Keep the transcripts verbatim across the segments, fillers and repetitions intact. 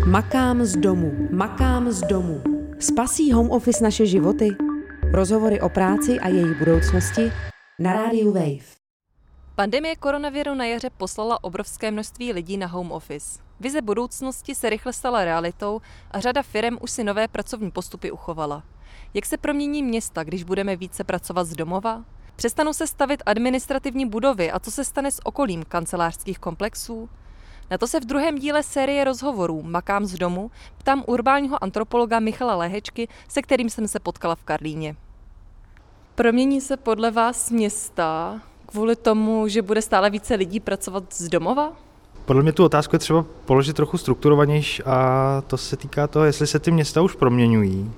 Makám z domu, makám z domu. Spasí home office naše životy? Rozhovory o práci a její budoucnosti na rádiu Wave. Pandemie koronaviru na jaře poslala obrovské množství lidí na home office. Vize budoucnosti se rychle stala realitou a řada firem už si nové pracovní postupy uchovala. Jak se promění města, když budeme více pracovat z domova? Přestanou se stavět administrativní budovy a co se stane s okolím kancelářských komplexů? Na to se v druhém díle série rozhovorů Makám z domu ptám urbánního antropologa Michala Lehečky, se kterým jsem se potkala v Karlíně. Promění se podle vás města kvůli tomu, že bude stále více lidí pracovat z domova? Podle mě tu otázku je třeba položit trochu strukturovanější a to se týká toho, jestli se ty města už proměňují.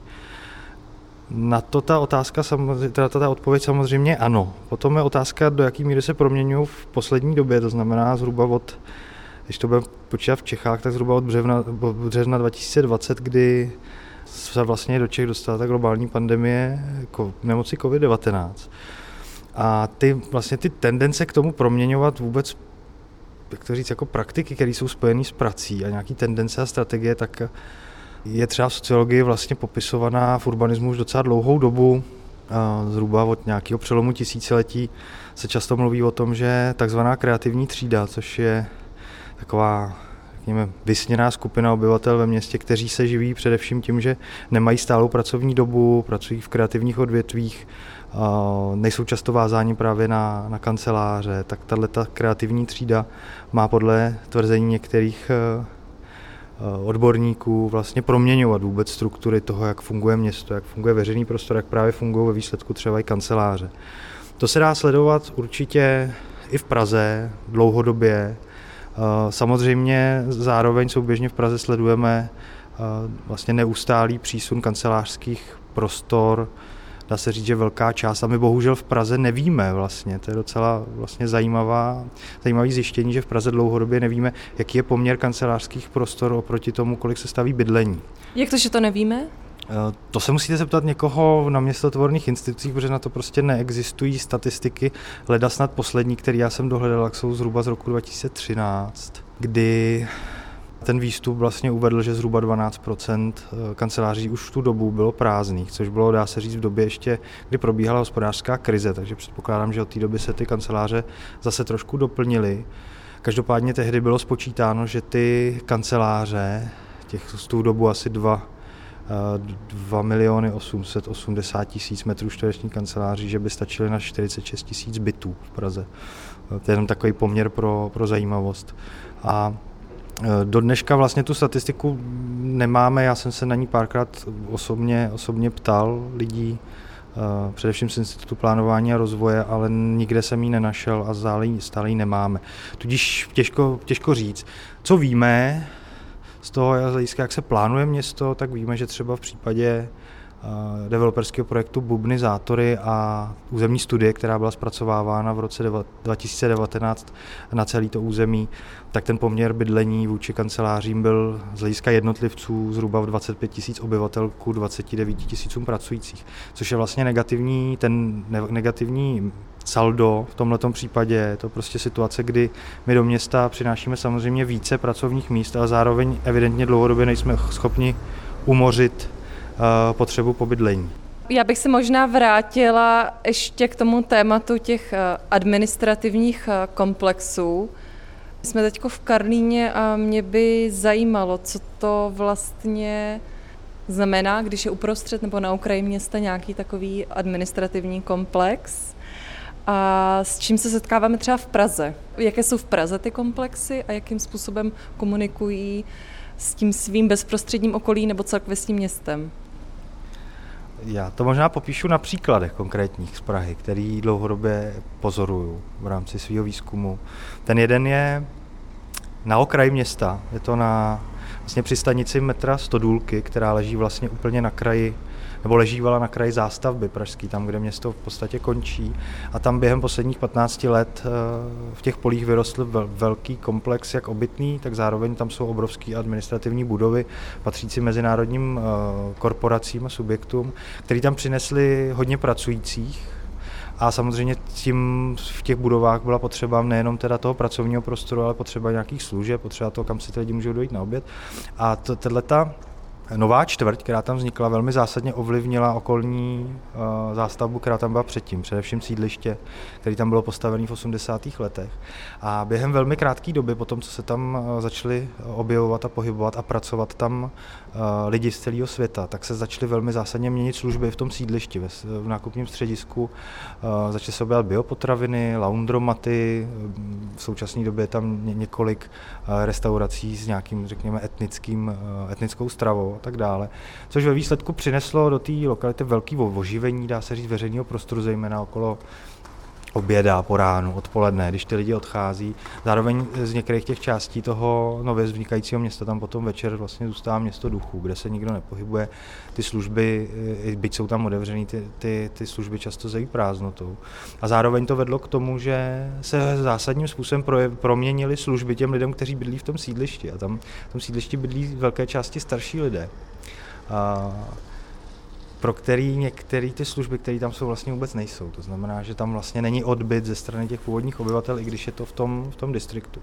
Na to ta otázka, teda ta odpověď samozřejmě ano. Potom je otázka, do jaký míry se proměňují v poslední době, to znamená zhruba od, když to budeme počítat v Čechách, tak zhruba od března, března dva tisíce dvacet, kdy se vlastně do Čech dostala ta globální pandemie nemoci covid devatenáct. A ty vlastně ty tendence k tomu proměňovat vůbec, jak to říct, jako praktiky, které jsou spojené s prací a nějaký tendence a strategie, tak je třeba v sociologii vlastně popisovaná v urbanismu už docela dlouhou dobu. Zhruba od nějakého přelomu tisíciletí se často mluví o tom, že takzvaná kreativní třída, což je taková, řekněme, vysněná skupina obyvatel ve městě, kteří se živí především tím, že nemají stálou pracovní dobu, pracují v kreativních odvětvích, nejsou často vázáni právě na, na kanceláře, tak tato kreativní třída má podle tvrzení některých odborníků vlastně proměňovat vůbec struktury toho, jak funguje město, jak funguje veřejný prostor, jak právě fungují ve výsledku třeba i kanceláře. To se dá sledovat určitě i v Praze dlouhodobě. Samozřejmě zároveň souběžně v Praze sledujeme vlastně neustálý přísun kancelářských prostor. Dá se říct, že velká část, a my bohužel v Praze nevíme vlastně, to je docela vlastně zajímavá, zajímavý zjištění, že v Praze dlouhodobě nevíme, jaký je poměr kancelářských prostor oproti tomu, kolik se staví bydlení. Jak to, že to nevíme? To se musíte zeptat někoho na městotvorných institucích, protože na to prostě neexistují statistiky. Leda snad poslední, který já jsem dohledal, jsou zhruba z roku dva tisíce třináct, kdy ten výstup vlastně uvedl, že zhruba dvanáct procent kanceláří už v tu dobu bylo prázdných, což bylo, dá se říct, v době ještě, kdy probíhala hospodářská krize, takže předpokládám, že od té doby se ty kanceláře zase trošku doplnily. Každopádně tehdy bylo spočítáno, že ty kanceláře, těch z tu dobu asi dva miliony osm set osmdesát tisíc metrů čtverečních kanceláří, že by stačily na čtyřicet šest tisíc bytů v Praze. To je jenom takový poměr pro, pro zajímavost. A do dneška vlastně tu statistiku nemáme, já jsem se na ní párkrát osobně, osobně ptal lidí, především z Institutu plánování a rozvoje, ale nikde jsem ji nenašel a stále ji nemáme. Tudíž těžko, těžko říct. Co víme z toho hlediska, jak se plánuje město, tak víme, že třeba v případě developerského projektu Bubny-Zátory a územní studie, která byla zpracovávána v roce dva tisíce devatenáct na celé to území, tak ten poměr bydlení vůči kancelářím byl z hlediska jednotlivců zhruba v dvacet pět tisíc obyvatel ku dvaceti devíti tisícům pracujících, což je vlastně negativní, ten negativní saldo v tomhletom případě. Je to prostě situace, kdy my do města přinášíme samozřejmě více pracovních míst, ale zároveň evidentně dlouhodobě nejsme schopni umořit potřebu po bydlení. Já bych se možná vrátila ještě k tomu tématu těch administrativních komplexů. Jsme teď v Karlíně a mě by zajímalo, co to vlastně znamená, když je uprostřed nebo na okraji města nějaký takový administrativní komplex a s čím se setkáváme třeba v Praze. Jaké jsou v Praze ty komplexy a jakým způsobem komunikují s tím svým bezprostředním okolí nebo celkově s tím městem? Já to možná popíšu na příkladech konkrétních z Prahy, který dlouhodobě pozoruju v rámci svého výzkumu. Ten jeden je na okraji města, je to na vlastně při stanici metra Stodůlky, která leží vlastně úplně na kraji, nebo ležívala na kraji zástavby pražský, tam, kde město v podstatě končí. A tam během posledních patnácti let v těch polích vyrostl velký komplex, jak obytný, tak zároveň tam jsou obrovské administrativní budovy, patřící mezinárodním korporacím a subjektům, který tam přinesli hodně pracujících A samozřejmě tím v těch budovách byla potřeba nejenom teda toho pracovního prostoru, ale potřeba nějakých služeb, potřeba toho, kam si ty lidi můžou dojít na oběd. A tato nová čtvrť, která tam vznikla, velmi zásadně ovlivnila okolní uh, zástavbu, která tam byla předtím, především sídliště, které tam bylo postavené v osmdesátých letech. A během velmi krátké doby, po tom, co se tam uh, začali objevovat a pohybovat a pracovat tam uh, lidi z celého světa, tak se začaly velmi zásadně měnit služby v tom sídlišti, ve, v nákupním středisku. Uh, začaly se objevovat biopotraviny, laundromaty, v současné době je tam ně, několik uh, restaurací s nějakým, řekněme, etnickým, uh, etnickou stravou a tak dále, což ve výsledku přineslo do té lokality velký oživení, dá se říct, veřejného prostoru, zejména okolo oběda, po ránu, odpoledne, když ty lidi odchází. Zároveň z některých těch částí toho nově vznikajícího města tam potom večer vlastně zůstává město duchů, kde se nikdo nepohybuje. Ty služby, byť jsou tam otevřený, ty, ty, ty služby často zejí prázdnotou. A zároveň to vedlo k tomu, že se zásadním způsobem proměnily služby těm lidem, kteří bydlí v tom sídlišti. A tam v tom sídlišti bydlí v velké části starší lidé. A pro který některé ty služby, které tam jsou, vlastně vůbec nejsou. To znamená, že tam vlastně není odbyt ze strany těch původních obyvatel, i když je to v tom, v tom distriktu.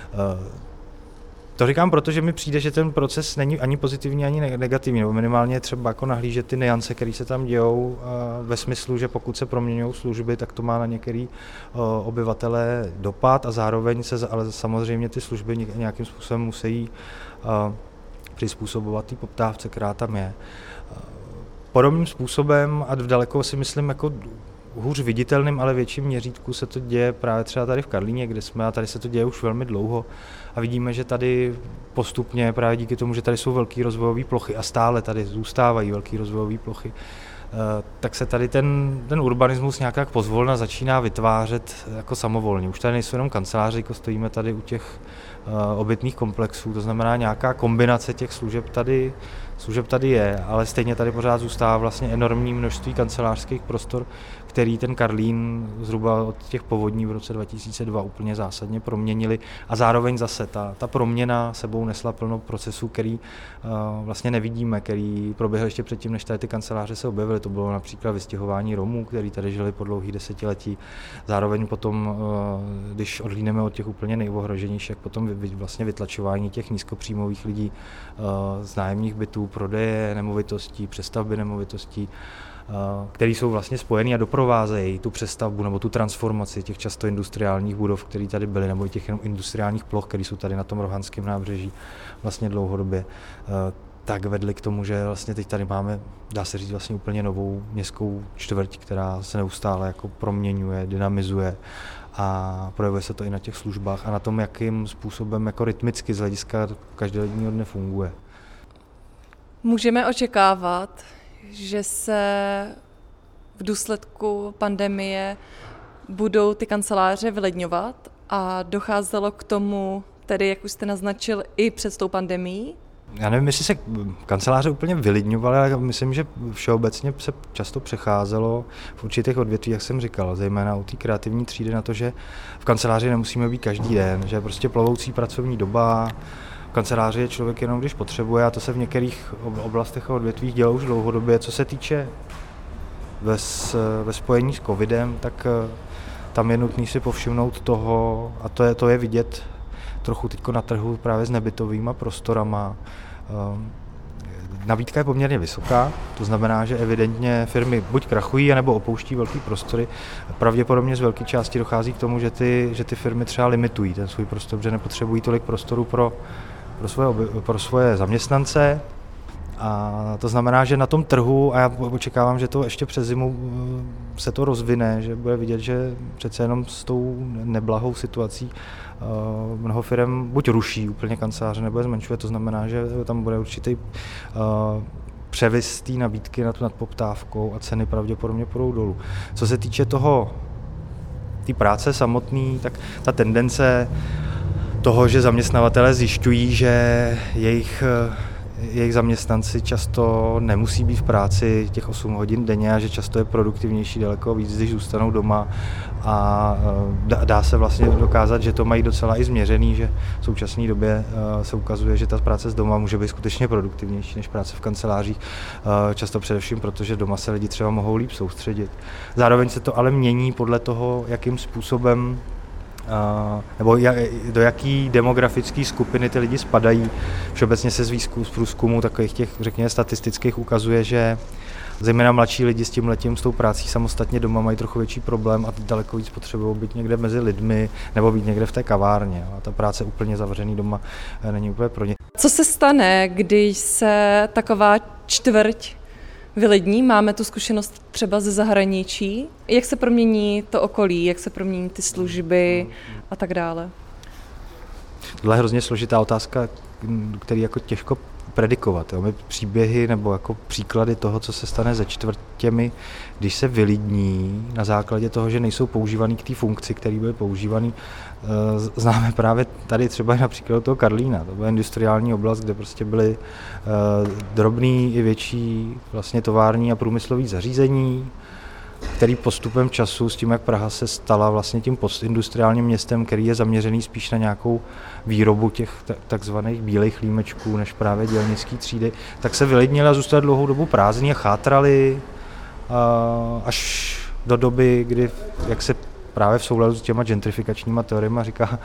To říkám proto, že mi přijde, že ten proces není ani pozitivní, ani negativní, nebo minimálně třeba jako nahlížet ty nuance, které se tam dějou, ve smyslu, že pokud se proměňují služby, tak to má na některý obyvatele dopad a zároveň se, ale samozřejmě ty služby nějakým způsobem musí přizpůsobovat té poptávce, která tam je. Podobným způsobem a v daleko si myslím jako hůř viditelným, ale větším měřítku se to děje právě třeba tady v Karlíně, kde jsme, a tady se to děje už velmi dlouho a vidíme, že tady postupně právě díky tomu, že tady jsou velké rozvojové plochy a stále tady zůstávají velké rozvojové plochy, tak se tady ten, ten urbanismus nějak jak pozvolna začíná vytvářet jako samovolně. Už tady nejsou jenom kanceláře, jako stojíme tady u těch uh, obytných komplexů, to znamená nějaká kombinace těch služeb tady, služeb tady je, ale stejně tady pořád zůstává vlastně enormní množství kancelářských prostor, který ten Karlín zhruba od těch povodní v roce dva tisíce dva úplně zásadně proměnili a zároveň zase ta, ta proměna sebou nesla plno procesů, který uh, vlastně nevidíme, který proběhl ještě předtím, než tady ty kanceláře se objevily. To bylo například vystěhování Romů, kteří tady žili po dlouhých desetiletí. Zároveň potom, uh, když odhlídneme od těch úplně nejohroženějších, potom vy, vlastně vytlačování těch nízkopříjmových lidí uh, z nájemních bytů, prodeje nemovitostí, přestavby nemovitostí, které jsou vlastně spojený a doprovázejí tu přestavbu nebo tu transformaci těch často industriálních budov, které tady byly, nebo těch industriálních ploch, které jsou tady na tom Rohanském nábřeží vlastně dlouhodobě, tak vedly k tomu, že vlastně teď tady máme, dá se říct, vlastně úplně novou městskou čtvrť, která se neustále jako proměňuje, dynamizuje a projevuje se to i na těch službách a na tom, jakým způsobem jako rytmicky z hlediska každodenního dne funguje. Můžeme očekávat, že se v důsledku pandemie budou ty kanceláře vylidňovat a docházelo k tomu, tedy jak už jste naznačil, i před tou pandemií? Já nevím, jestli se kanceláře úplně vylidňovaly, ale myslím, že všeobecně se často přecházelo v určitých odvětví, jak jsem říkal, zejména u té kreativní třídy na to, že v kanceláři nemusíme být každý den, že je prostě plovoucí pracovní doba, v kanceláři je člověk jenom, když potřebuje a to se v některých oblastech a odvětvích dělá už dlouhodobě. Co se týče ve, ve spojení s covidem, tak tam je nutné si povšimnout toho, a to je, to je vidět trochu teďko na trhu právě s nebytovýma prostorama. Nabídka je poměrně vysoká, to znamená, že evidentně firmy buď krachují, anebo opouští velký prostory. Pravděpodobně z velké části dochází k tomu, že ty, že ty firmy třeba limitují ten svůj prostor, že nepotřebují tolik prostoru pro, pro, svoje, pro svoje zaměstnance. A to znamená, že na tom trhu, a já očekávám, že to ještě přes zimu se to rozvine, že bude vidět, že přece jenom s tou neblahou situací uh, mnoho firm buď ruší úplně kanceláře, nebo je zmenšuje, to znamená, že tam bude určitý uh, převis té nabídky na tu nadpoptávkou a ceny pravděpodobně půjdou dolů. Co se týče toho, té práce samotné, tak ta tendence toho, že zaměstnavatelé zjišťují, že jejich jejich zaměstnanci často nemusí být v práci těch osm hodin denně a že často je produktivnější daleko víc, když zůstanou doma a dá se vlastně dokázat, že to mají docela i změřený, že v současné době se ukazuje, že ta práce z doma může být skutečně produktivnější než práce v kancelářích, často především proto, že doma se lidi třeba mohou líp soustředit. Zároveň se to ale mění podle toho, jakým způsobem Uh, nebo do jaký demografické skupiny ty lidi spadají. Všeobecně se z výzkumu, z průzkumu takových těch, řekněme, statistických ukazuje, že zejména mladší lidi s tím letím, s tou prací samostatně doma mají trochu větší problém a daleko víc potřebují být někde mezi lidmi nebo být někde v té kavárně. A ta práce úplně zavřený doma není úplně pro ně. Co se stane, když se taková čtvrť vylidní? Máme tu zkušenost třeba ze zahraničí. Jak se promění to okolí, jak se promění ty služby a tak dále? Tohle je hrozně složitá otázka, který jako těžko predikovat. Jo. My příběhy nebo jako příklady toho, co se stane se čtvrtěmi, když se vylidní na základě toho, že nejsou používaný k té funkci, který byly používaný, známe právě tady třeba například toho Karlína. To byla industriální oblast, kde prostě byly drobný i větší vlastně tovární a průmyslový zařízení, který postupem času s tím, jak Praha se stala vlastně tím postindustriálním městem, který je zaměřený spíš na nějakou výrobu těch takzvaných bílých límečků než právě dělnické třídy, tak se vylidnili a zůstali dlouhou dobu prázdní a chátrali až do doby, kdy, jak se právě v souladu s těma gentrifikačníma teoriemi říká,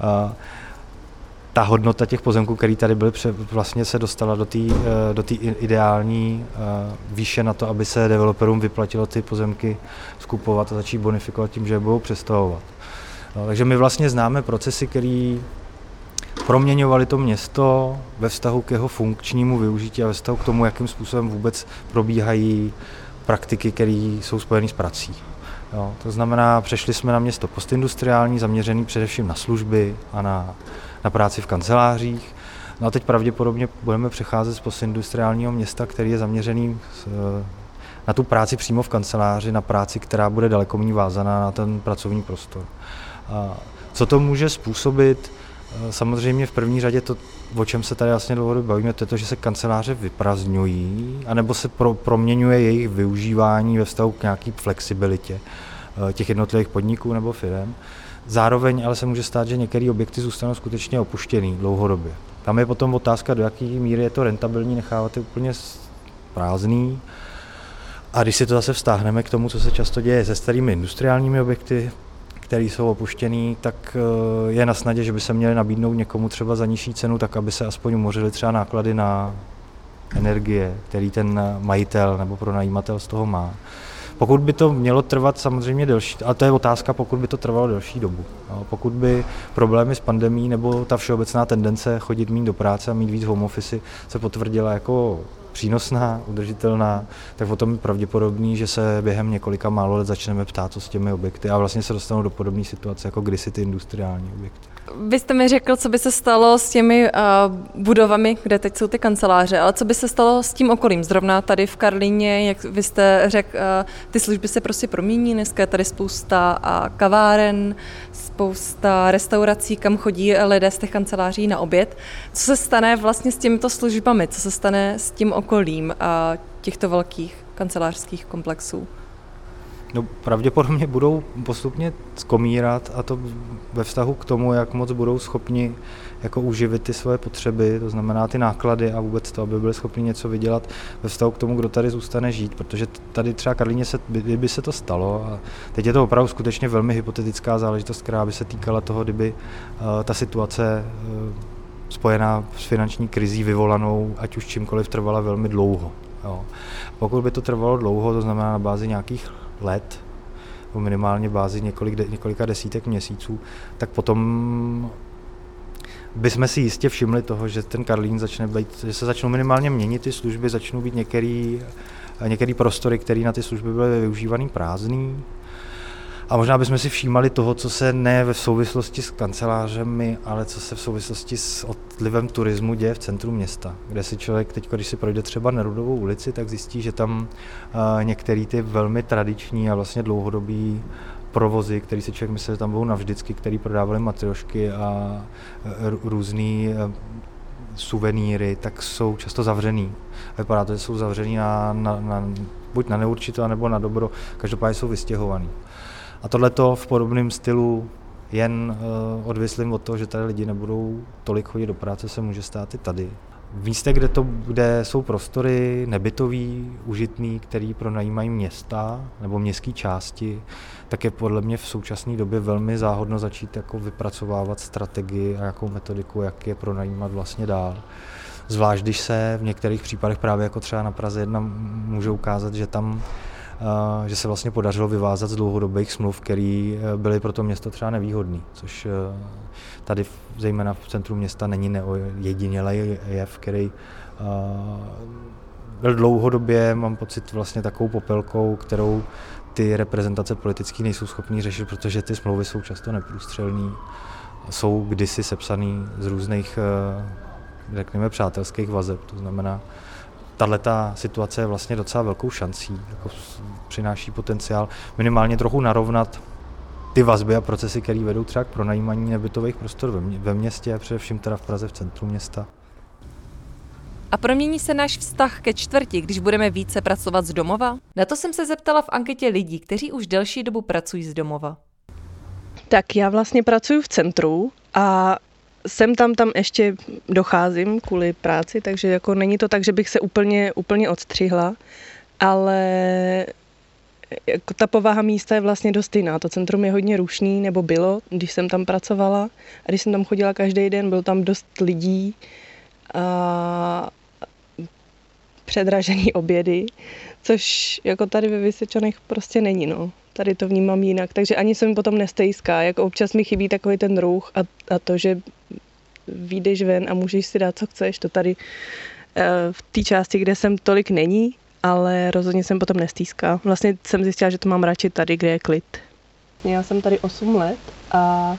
ta hodnota těch pozemků, které tady byly, vlastně se dostala do té do té ideální výše na to, aby se developerům vyplatilo ty pozemky skupovat a začít bonifikovat tím, že je budou přestavovat. No, takže my vlastně známe procesy, které proměňovaly to město ve vztahu k jeho funkčnímu využití a ve vztahu k tomu, jakým způsobem vůbec probíhají praktiky, které jsou spojené s prací. Jo, to znamená, přešli jsme na město postindustriální, zaměřený především na služby a na na práci v kancelářích. No a teď pravděpodobně budeme přecházet z postindustriálního města, který je zaměřený na tu práci přímo v kanceláři, na práci, která bude daleko méně vázaná na ten pracovní prostor. A co to může způsobit? Samozřejmě v první řadě to, o čem se tady vlastně dlouhodobě bavíme, to je to, že se kanceláře vyprazňují, anebo se pro, proměňuje jejich využívání ve vztahu k nějaké flexibilitě těch jednotlivých podniků nebo firem. Zároveň ale se může stát, že některé objekty zůstanou skutečně opuštěný dlouhodobě. Tam je potom otázka, do jaké míry je to rentabilní nechávat je úplně prázdný. A když si to zase vztáhneme k tomu, co se často děje se starými industriálními objekty, které jsou opuštěný, tak je na snadě, že by se měly nabídnout někomu třeba za nižší cenu, tak aby se aspoň umořily třeba náklady na energie, který ten majitel nebo pronajímatel z toho má. Pokud by to mělo trvat samozřejmě delší, a to je otázka, pokud by to trvalo delší dobu. No, pokud by problémy s pandemií nebo ta všeobecná tendence chodit méně do práce a mít víc home office se potvrdila jako přínosná, udržitelná, tak potom je pravděpodobný, že se během několika málo let začneme ptát, co s těmi objekty a vlastně se dostanou do podobné situace jako kdysi ty industriální objekty. Vy jste mi řekl, co by se stalo s těmi uh, budovami, kde teď jsou ty kanceláře, ale co by se stalo s tím okolím? Zrovna tady v Karlíně, jak vy jste řekl, uh, ty služby se prostě promění, dneska je tady spousta uh, kaváren, spousta restaurací, kam chodí lidé z těch kanceláří na oběd. Co se stane vlastně s těmito službami? Co se stane s tím okolím uh, těchto velkých kancelářských komplexů? No, pravděpodobně budou postupně skomírat a to ve vztahu k tomu, jak moc budou schopni jako uživit ty svoje potřeby, to znamená ty náklady a vůbec to, aby byli schopni něco vydělat ve vztahu k tomu, kdo tady zůstane žít, protože tady třeba Karlíně se, by, by se to stalo a teď je to opravdu skutečně velmi hypotetická záležitost, která by se týkala toho, kdyby uh, ta situace uh, spojená s finanční krizí vyvolanou, ať už čímkoliv, trvala velmi dlouho. Jo. Pokud by to trvalo dlouho, to znamená na bázi nějakých let, o minimálně bázi několik de, několika desítek měsíců, tak potom bychom si jistě všimli toho, že ten Karlín začne být, že se začnou minimálně měnit ty služby, začnou být některý, některý prostory, které na ty služby byly využívaný prázdný. A možná bychom si všímali toho, co se ne v souvislosti s kancelářemi, ale co se v souvislosti s odlivem turismu děje v centru města, kde si člověk teď, když si projde třeba Nerudovou ulici, tak zjistí, že tam uh, některé ty velmi tradiční a vlastně dlouhodobý provozy, který si člověk myslel, že tam budou navždycky, který prodávali matriošky a uh, různý uh, suvenýry, tak jsou často zavřený. Vypadá to, že jsou zavřený na, na, na, buď na neurčito, nebo na dobro, každopádně jsou vystěhovaný. A tohleto v podobném stylu, jen uh, odvislým od toho, že tady lidi nebudou tolik chodit do práce, se může stát i tady. V místě, kde, to, kde jsou prostory nebytový, užitný, který pronajímají města nebo městské části, tak je podle mě v současné době velmi záhodno začít jako vypracovávat strategii a jakou metodiku, jak je pronajímat vlastně dál. Zvlášť, když se v některých případech právě jako třeba na Praze jedna může ukázat, že tam Uh, že se vlastně podařilo vyvázat z dlouhodobých smluv, které byly pro to město třeba nevýhodné, což uh, tady zejména v centru města není neojedinělý jev, který uh, byl dlouhodobě, mám pocit, vlastně takovou popelkou, kterou ty reprezentace politické nejsou schopný řešit, protože ty smlouvy jsou často neprůstřelný, jsou kdysi sepsaný z různých, uh, řekněme, přátelských vazeb, to znamená, tahleta situace je vlastně docela velkou šancí, jako přináší potenciál minimálně trochu narovnat ty vazby a procesy, které vedou třeba k pronajímání nebytových prostor ve městě, především teda v Praze v centru města. A promění se náš vztah ke čtvrti, když budeme více pracovat z domova? Na to jsem se zeptala v anketě lidí, kteří už delší dobu pracují z domova. Tak já vlastně pracuji v centru a sem tam tam ještě docházím kvůli práci, takže jako není to tak, že bych se úplně, úplně odstřihla, ale jako ta povaha místa je vlastně dost jiná. To centrum je hodně rušný, nebo bylo, když jsem tam pracovala. A když jsem tam chodila každý den, bylo tam dost lidí a předražený obědy, což jako tady ve Vysočanech prostě není, no. Tady to vnímám jinak, takže ani se mi potom nestejská. Jako občas mi chybí takový ten ruch a, a to, že vyjdeš ven a můžeš si dát, co chceš. To tady v té části, kde jsem, tolik není, ale rozhodně jsem potom nestýská. Vlastně jsem zjistila, že to mám radši tady, kde je klid. Já jsem tady osm let a,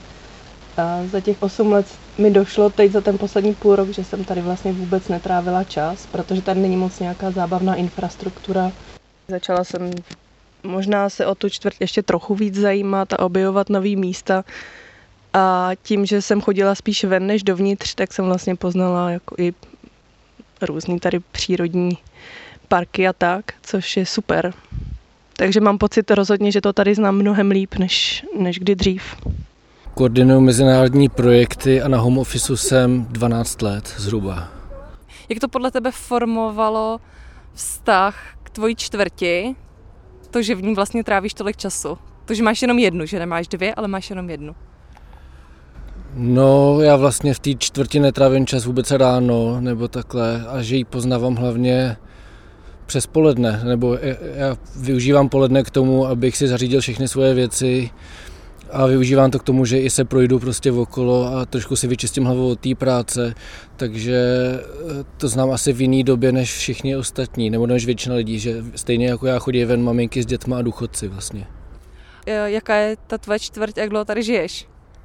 a za těch osm let mi došlo teď za ten poslední půl rok, že jsem tady vlastně vůbec netrávila čas, protože tady není moc nějaká zábavná infrastruktura. Začala jsem možná se o tu čtvrť ještě trochu víc zajímat a objevovat nový místa. A tím, že jsem chodila spíš ven než dovnitř, tak jsem vlastně poznala jako i různý tady přírodní parky a tak, což je super. Takže mám pocit rozhodně, že to tady znám mnohem líp, než, než kdy dřív. Koordinuju mezinárodní projekty a na home officeu jsem dvanáct let zhruba. Jak to podle tebe formovalo vztah k tvojí čtvrti? To, že v ní vlastně trávíš tolik času. To, že máš jenom jednu, že nemáš dvě, ale máš jenom jednu. No, já vlastně v té čtvrti netrávím čas vůbec ráno, nebo takhle, a že ji poznávám hlavně přes poledne, nebo já využívám poledne k tomu, abych si zařídil všechny svoje věci a využívám to k tomu, že i se projdu prostě okolo a trošku si vyčistím hlavu od té práce, takže to znám asi v jiný době než všichni ostatní, nebo než většina lidí, že stejně jako já chodí ven maminky s dětma a důchodci vlastně. Jaká je ta tvoje čtvrť, jak dlouho tady žiješ?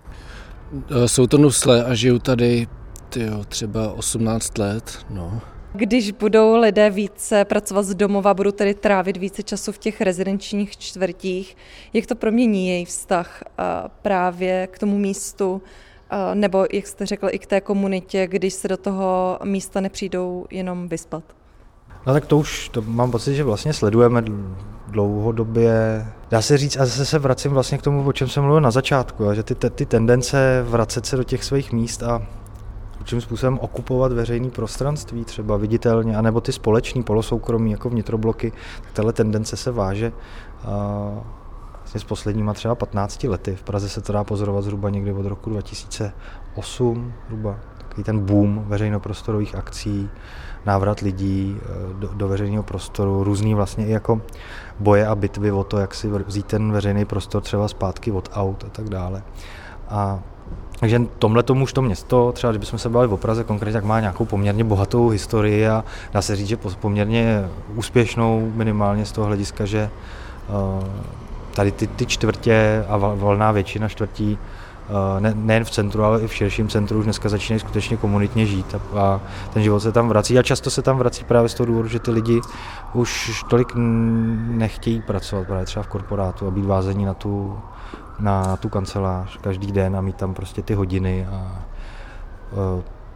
Jsou to Nusle a žiju tady tyjo, třeba osmnáct let, no. Když budou lidé více pracovat z domova, budou tedy trávit více času v těch rezidenčních čtvrtích, jak to promění její vztah právě k tomu místu, nebo jak jste řekl, i k té komunitě, když se do toho místa nepřijdou jenom vyspat? No tak to už, to mám pocit, že vlastně sledujeme dlouhodobě. Dá se říct, a zase se vracím vlastně k tomu, o čem jsem mluvil na začátku, že ty, ty tendence vracet se do těch svých míst a určitým způsobem okupovat veřejné prostranství, třeba viditelně, anebo ty společný polosoukromí, jako vnitrobloky, tak tahle tendence se váže a vlastně s posledníma třeba patnácti lety. V Praze se to dá pozorovat zhruba někdy od roku dva tisíce osm, zhruba takový ten boom veřejnoprostorových akcí, návrat lidí do, do veřejného prostoru, různý vlastně i jako boje a bitvy o to, jak si vzít ten veřejný prostor třeba zpátky od aut a tak dále. A takže tomhle tomu už to město, třeba kdybychom se bavili o Praze konkrétně, tak má nějakou poměrně bohatou historii a dá se říct, že poměrně úspěšnou minimálně z toho hlediska, že uh, tady ty, ty čtvrtě a valná většina čtvrtí uh, ne, nejen v centru, ale i v širším centru už dneska začínají skutečně komunitně žít a, a ten život se tam vrací a často se tam vrací právě z toho důvodu, že ty lidi už tolik nechtějí pracovat právě třeba v korporátu a být vázení na tu na tu kancelář každý den a mít tam prostě ty hodiny a uh,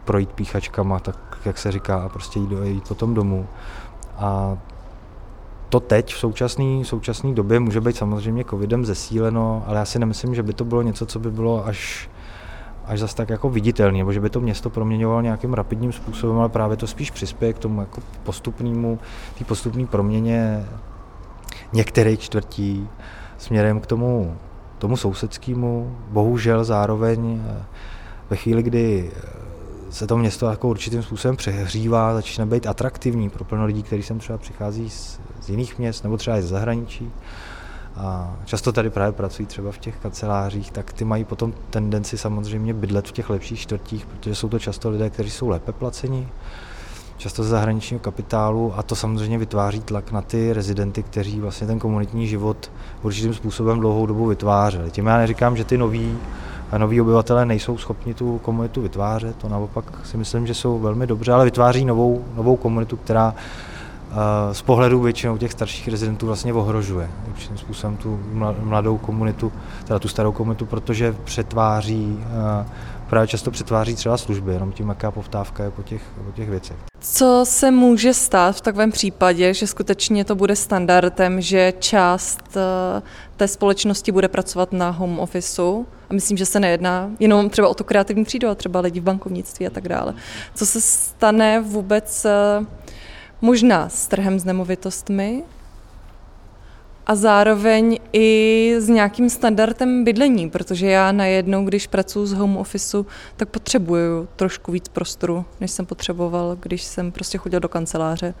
projít píchačkama, tak jak se říká, a prostě jít, jít potom domů. A to teď v současné současné době může být samozřejmě covidem zesíleno, ale já si nemyslím, že by to bylo něco, co by bylo až, až zase tak jako viditelné, nebo že by to město proměňovalo nějakým rapidním způsobem, ale právě to spíš přispěje k tomu jako postupnému, té postupné proměně některých čtvrtí směrem k tomu, tomu sousedskému. Bohužel zároveň ve chvíli, kdy se to město jako určitým způsobem přehřívá, začíná být atraktivní pro plno lidí, kteří sem třeba přichází z, z jiných měst nebo třeba i z zahraničí. A často tady právě pracují třeba v těch kancelářích, tak ty mají potom tendenci samozřejmě bydlet v těch lepších čtvrtích, protože jsou to často lidé, kteří jsou lépe placeni, často ze zahraničního kapitálu, a to samozřejmě vytváří tlak na ty rezidenty, kteří vlastně ten komunitní život určitým způsobem dlouhou dobu vytvářeli. Tím já neříkám, že ty noví a noví obyvatelé nejsou schopni tu komunitu vytvářet, to naopak si myslím, že jsou velmi dobře, ale vytváří novou, novou komunitu, která uh, z pohledu většinou těch starších rezidentů vlastně ohrožuje určitým způsobem tu mladou komunitu, teda tu starou komunitu, protože přetváří, uh, právě často přetváří třeba služby, jenom tím, jaká poptávka je po těch, po těch věcech. Co se může stát v takovém případě, že skutečně to bude standardem, že část té společnosti bude pracovat na home officeu? A myslím, že se nejedná jenom třeba o tu kreativní třídu, ale třeba lidi v bankovnictví a tak dále. Co se stane vůbec možná s trhem s nemovitostmi a zároveň i s nějakým standardem bydlení, protože já najednou, když pracuji z home officeu, tak potřebuju trošku víc prostoru, než jsem potřeboval, když jsem prostě chodil do kanceláře.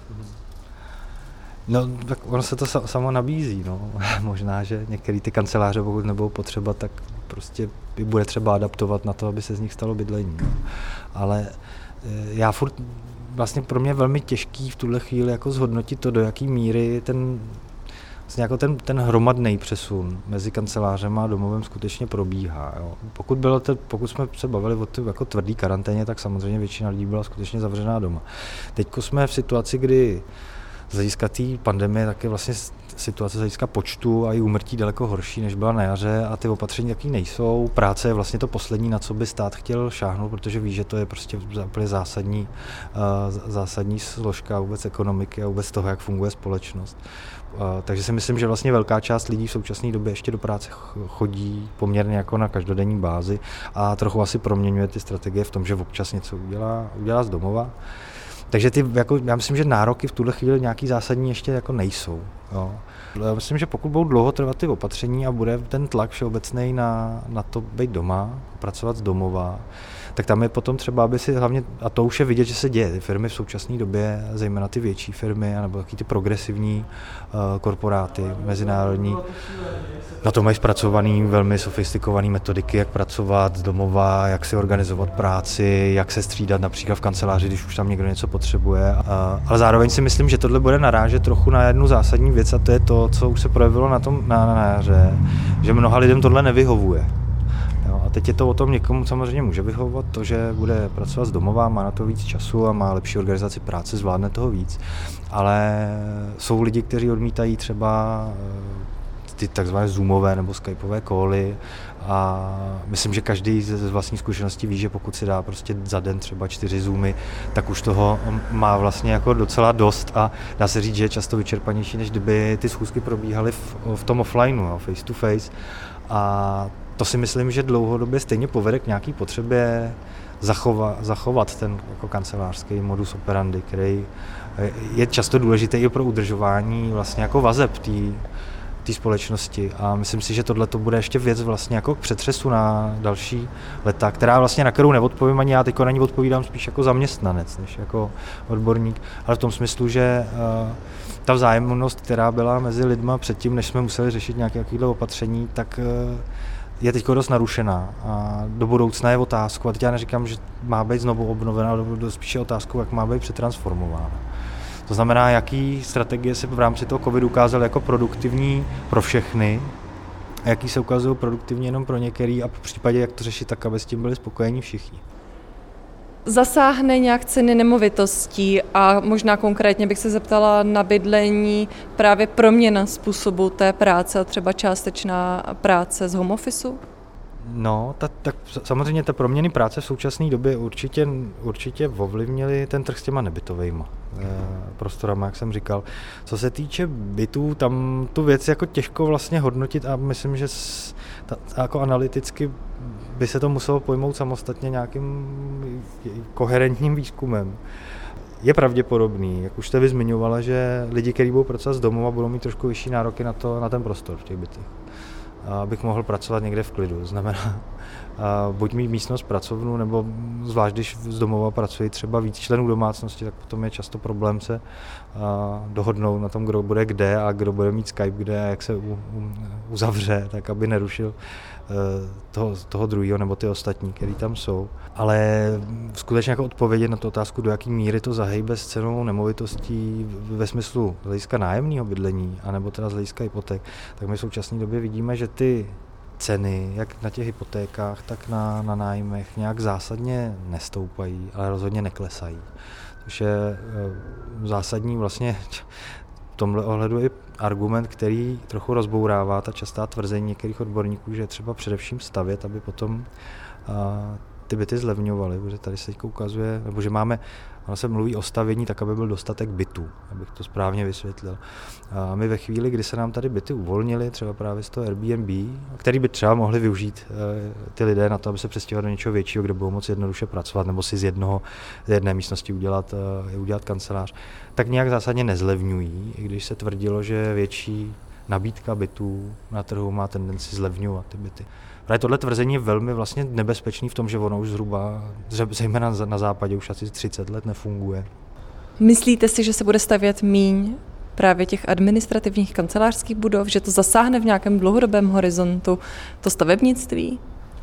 No, tak ono se to samo nabízí, no. Možná, že některé ty kanceláře, pokud nebudou potřeba, tak prostě bude třeba adaptovat na to, aby se z nich stalo bydlení. No. Ale já furt, vlastně pro mě je velmi těžký v tuhle chvíli jako zhodnotit to, do jaký míry ten vlastně jako ten, ten hromadný přesun mezi kancelářem a domovem skutečně probíhá. Jo. Pokud, bylo to, pokud jsme se bavili o té jako tvrdý karanténě, tak samozřejmě většina lidí byla skutečně zavřená doma. Teď jsme v situaci, kdy z hlediska té pandemie tak je vlastně situace z hlediska počtu a i úmrtí daleko horší, než byla na jaře, a ty opatření taky nejsou. Práce je vlastně to poslední, na co by stát chtěl šáhnout, protože ví, že to je prostě úplně zásadní, uh, zásadní složka vůbec ekonomiky a vůbec toho, jak funguje společnost. Uh, takže si myslím, že vlastně velká část lidí v současné době ještě do práce chodí poměrně jako na každodenní bázi a trochu asi proměňuje ty strategie v tom, že občas něco udělá, udělá z domova. Takže ty, jako, já myslím, že nároky v tuhle chvíli nějaký zásadní ještě jako nejsou. Jo. Já myslím, že pokud budou dlouho trvat ty opatření a bude ten tlak všeobecný na, na to být doma, pracovat z domova, tak tam je potom třeba, aby si hlavně, a to už je vidět, že se děje, ty firmy v současné době, zejména ty větší firmy, nebo taky ty progresivní uh, korporáty, mezinárodní, na to mají zpracovaný velmi sofistikované metodiky, jak pracovat z domova, jak si organizovat práci, jak se střídat například v kanceláři, když už tam někdo něco potřebuje. Uh, ale zároveň si myslím, že tohle bude narážet trochu na jednu zásadní věc, a to je to, co už se projevilo na tom na, na jaře, že mnoha lidem tohle nevyhovuje. Jo, a teď je to o tom, někomu samozřejmě může vyhovovat to, že bude pracovat z domova, má na to víc času a má lepší organizaci práce, zvládne toho víc. Ale jsou lidi, kteří odmítají třeba ty takzvané zoomové nebo skypeové cally, a myslím, že každý z vlastní zkušenosti ví, že pokud si dá prostě za den třeba čtyři zoomy, tak už toho má vlastně jako docela dost a dá se říct, že je často vyčerpanější, než kdyby ty schůzky probíhaly v, v tom offlineu, no, face to face. A to si myslím, že dlouhodobě stejně povede k nějaký potřebě zachovat, zachovat ten jako kancelářský modus operandi, který je často důležitý i pro udržování vlastně jako vazeb té té společnosti, a myslím si, že tohle to bude ještě věc vlastně jako k přetřesu na další leta, která vlastně na kterou neodpovím ani já, teďko na ní odpovídám spíš jako zaměstnanec, než jako odborník, ale v tom smyslu, že uh, ta vzájemnost, která byla mezi lidma předtím, než jsme museli řešit nějaké takovéhle opatření, tak uh, je teď dost narušená a do budoucna je otázku, a teď já neříkám, že má být znovu obnovena, ale spíše otázku, jak má být přetransformována. To znamená, jaký strategie se v rámci toho covidu ukázaly jako produktivní pro všechny a jaký se ukazují produktivní jenom pro některý, a v případě, jak to řešit tak, aby s tím byli spokojení všichni. Zasáhne nějak ceny nemovitostí a možná konkrétně bych se zeptala na bydlení právě proměna způsobu té práce a třeba částečná práce z home officeu? No, ta, tak samozřejmě ta proměny práce v současné době určitě, určitě ovlivnily ten trh s těma nebytovejma e, prostorama, jak jsem říkal. Co se týče bytů, tam tu věc jako těžko vlastně hodnotit a myslím, že s, ta, jako analyticky by se to muselo pojmout samostatně nějakým koherentním výzkumem. Je pravděpodobný, jak už jste vy zmiňovala, že lidi, kteří budou pracovat z domova, budou mít trošku vyšší nároky na, to, na ten prostor v těch bytech. Abych mohl pracovat někde v klidu. Znamená, buď mít místnost pracovnu, nebo zvlášť, když z domova pracuji třeba víc členů domácnosti, tak potom je často problém se dohodnout na tom, kdo bude kde a kdo bude mít Skype kde a jak se u, u, uzavře, tak aby nerušil toho, toho druhého nebo ty ostatní, který tam jsou. Ale skutečně jako odpovědět na tu otázku, do jaký míry to zahejbe s cenou nemovitostí ve smyslu z hlediska nájemního bydlení, anebo teda z hlediska hypoték, tak my v současné době vidíme, že ty ceny, jak na těch hypotékách, tak na, na nájmech nějak zásadně nestoupají, ale rozhodně neklesají. Což je zásadní vlastně v tomhle ohledu i argument, který trochu rozbourává ta častá tvrzení některých odborníků, že je třeba především stavět, aby potom a, ty byty zlevňovaly, protože tady se ukazuje, nebo že máme, ono se mluví o stavění tak, aby byl dostatek bytů, abych to správně vysvětlil. A my ve chvíli, kdy se nám tady byty uvolnily, třeba právě z toho Airbnb, který by třeba mohli využít ty lidé na to, aby se přestěhovali do něčeho většího, kde budou moci jednoduše pracovat, nebo si z jednoho, z jedné místnosti udělat, udělat kancelář, tak nějak zásadně nezlevňují, i když se tvrdilo, že větší nabídka bytů na trhu má tendenci zlevňovat ty byty. Právě tohle tvrzení je velmi vlastně nebezpečný v tom, že ono už zhruba, zejména na západě, už asi třicet let nefunguje. Myslíte si, že se bude stavět míň právě těch administrativních kancelářských budov, že to zasáhne v nějakém dlouhodobém horizontu to stavebnictví?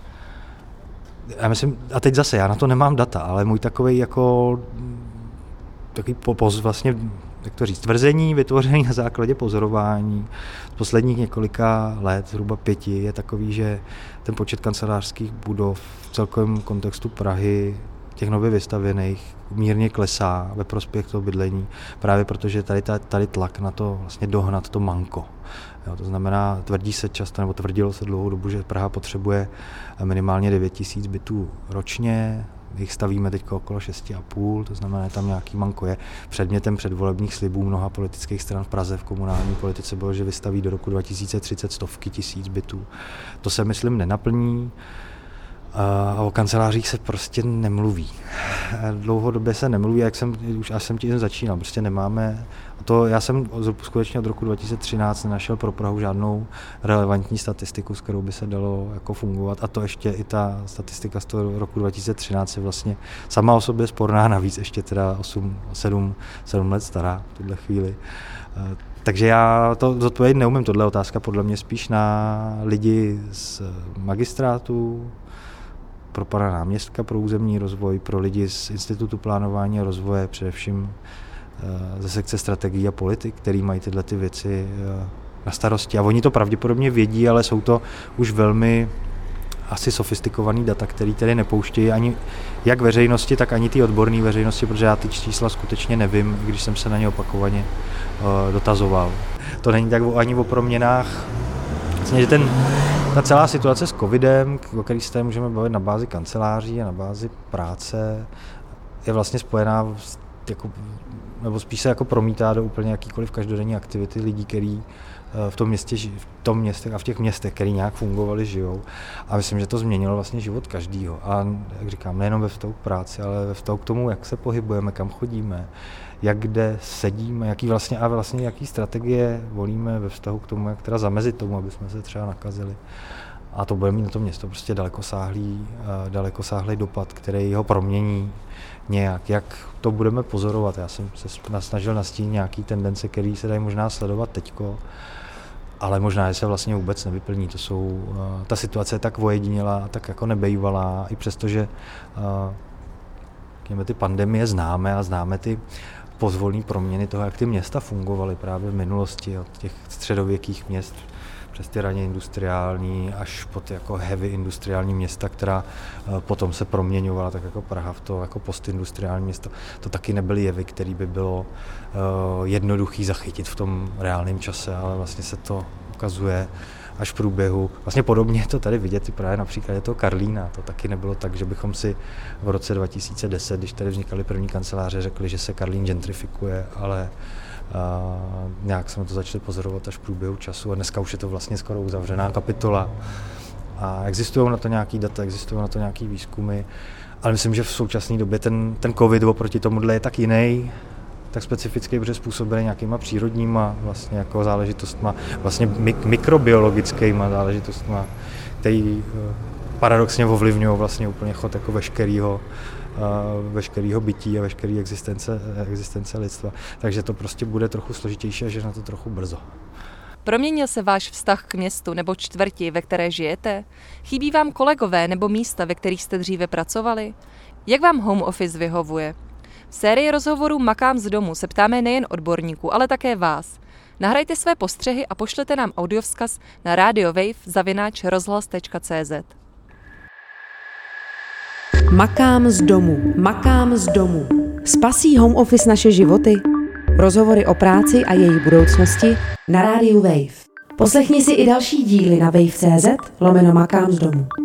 Já myslím, a teď zase, já na to nemám data, ale můj takový jako takový poz vlastně, jak to říct, tvrzení vytvořený na základě pozorování z posledních několika let, zhruba pěti, je takový, že ten počet kancelářských budov v celkovém kontextu Prahy, těch nově vystavěných, mírně klesá ve prospěch toho bydlení, právě protože tady, tady tlak na to vlastně dohnat to manko. Jo, to znamená, tvrdí se často, nebo tvrdilo se dlouhou dobu, že Praha potřebuje minimálně devět tisíc bytů ročně, jich stavíme teď okolo šest a půl, to znamená, že tam nějaký manko je. Předmětem předvolebních slibů mnoha politických stran v Praze v komunální politice bylo, že vystaví do roku dva tisíce třicet stovky tisíc bytů. To se, myslím, nenaplní a o kancelářích se prostě nemluví. Dlouhodobě se nemluví, jak jsem, už až jsem tím začínal, prostě nemáme. To, já jsem skutečně od roku dva tisíce třináct nenašel pro Prahu žádnou relevantní statistiku, s kterou by se dalo jako fungovat, a to ještě i ta statistika z toho roku dva tisíce třináct je vlastně sama o sobě sporná, navíc ještě teda osm, sedm, sedm let stará v tuhle chvíli. Takže já to zodpovědět neumím, tohle otázka podle mě spíš na lidi z magistrátu, pro pana náměstka pro územní rozvoj, pro lidi z Institutu plánování a rozvoje, především ze sekce strategií a politik, který mají tyhle ty věci na starosti. A oni to pravděpodobně vědí, ale jsou to už velmi asi sofistikovaný data, který tedy nepouštějí ani jak veřejnosti, tak ani ty odborné veřejnosti, protože já ty čísla skutečně nevím, když jsem se na ně opakovaně dotazoval. To není tak ani o proměnách. Vlastně, že ten, ta celá situace s covidem, o který se tady můžeme bavit na bázi kanceláří a na bázi práce, je vlastně spojená s, jako, nebo spíš se jako promítá do úplně jakýkoliv každodenní aktivity lidí, který v tom městě, v tom městě a v těch městech, který nějak fungovali, žijou. A myslím, že to změnilo vlastně život každýho. A jak říkám, nejenom ve vztahu k práci, ale ve vztahu k tomu, jak se pohybujeme, kam chodíme, jak kde sedíme, jaký vlastně a vlastně jaký strategie volíme ve vztahu k tomu, jak teda zamezit tomu, aby jsme se třeba nakazili. A to bude mít na to město prostě dalekosáhlý, dalekosáhlý dopad, který ho promění nějak. Jak to budeme pozorovat? Já jsem se snažil nastínit nějaký tendence, které se dají možná sledovat teďko, ale možná, že se vlastně vůbec nevyplní. To jsou, ta situace je tak ojedinělá, tak jako nebejvalá, i přesto, že ty pandemie známe a známe ty pozvolné proměny toho, jak ty města fungovaly právě v minulosti, od těch středověkých měst přes ty raně industriální až po ty jako heavy industriální města, která potom se proměňovala, tak jako Praha v to jako postindustriální město. To taky nebyly jevy, které by bylo jednoduchý zachytit v tom reálném čase, ale vlastně se to ukazuje až v průběhu. Vlastně podobně je to tady vidět, právě například je to Karlína. To taky nebylo tak, že bychom si v roce dva tisíce deset, když tady vznikaly první kanceláře, řekli, že se Karlín gentrifikuje, ale a nějak jsme to začali pozorovat až v průběhu času a dneska už je to vlastně skoro uzavřená kapitola. A existují na to nějaký data, existují na to nějaký výzkumy, ale myslím, že v současné době ten, ten covid oproti tomuhle je tak jiný, tak specificky, protože způsobený nějakýma přírodníma vlastně jako záležitostma, vlastně mik- mikrobiologickýma záležitostma, který paradoxně ovlivňují vlastně úplně chod jako veškerýho, uh, veškerýho bytí a veškerý existence, existence lidstva. Takže to prostě bude trochu složitější a že na to trochu brzo. Proměnil se váš vztah k městu nebo čtvrti, ve které žijete? Chybí vám kolegové nebo místa, ve kterých jste dříve pracovali? Jak vám home office vyhovuje? V sérii rozhovorů Makám z domu se ptáme nejen odborníků, ale také vás. Nahrajte své postřehy a pošlete nám audiovzkaz na radiowave zavináč rozhlas tečka cé zet. Makám z domu. Makám z domu. Spasí home office naše životy? Rozhovory o práci a její budoucnosti na rádiu Wave. Poslechni si i další díly na wave tečka cé zet lomeno Makám z domu.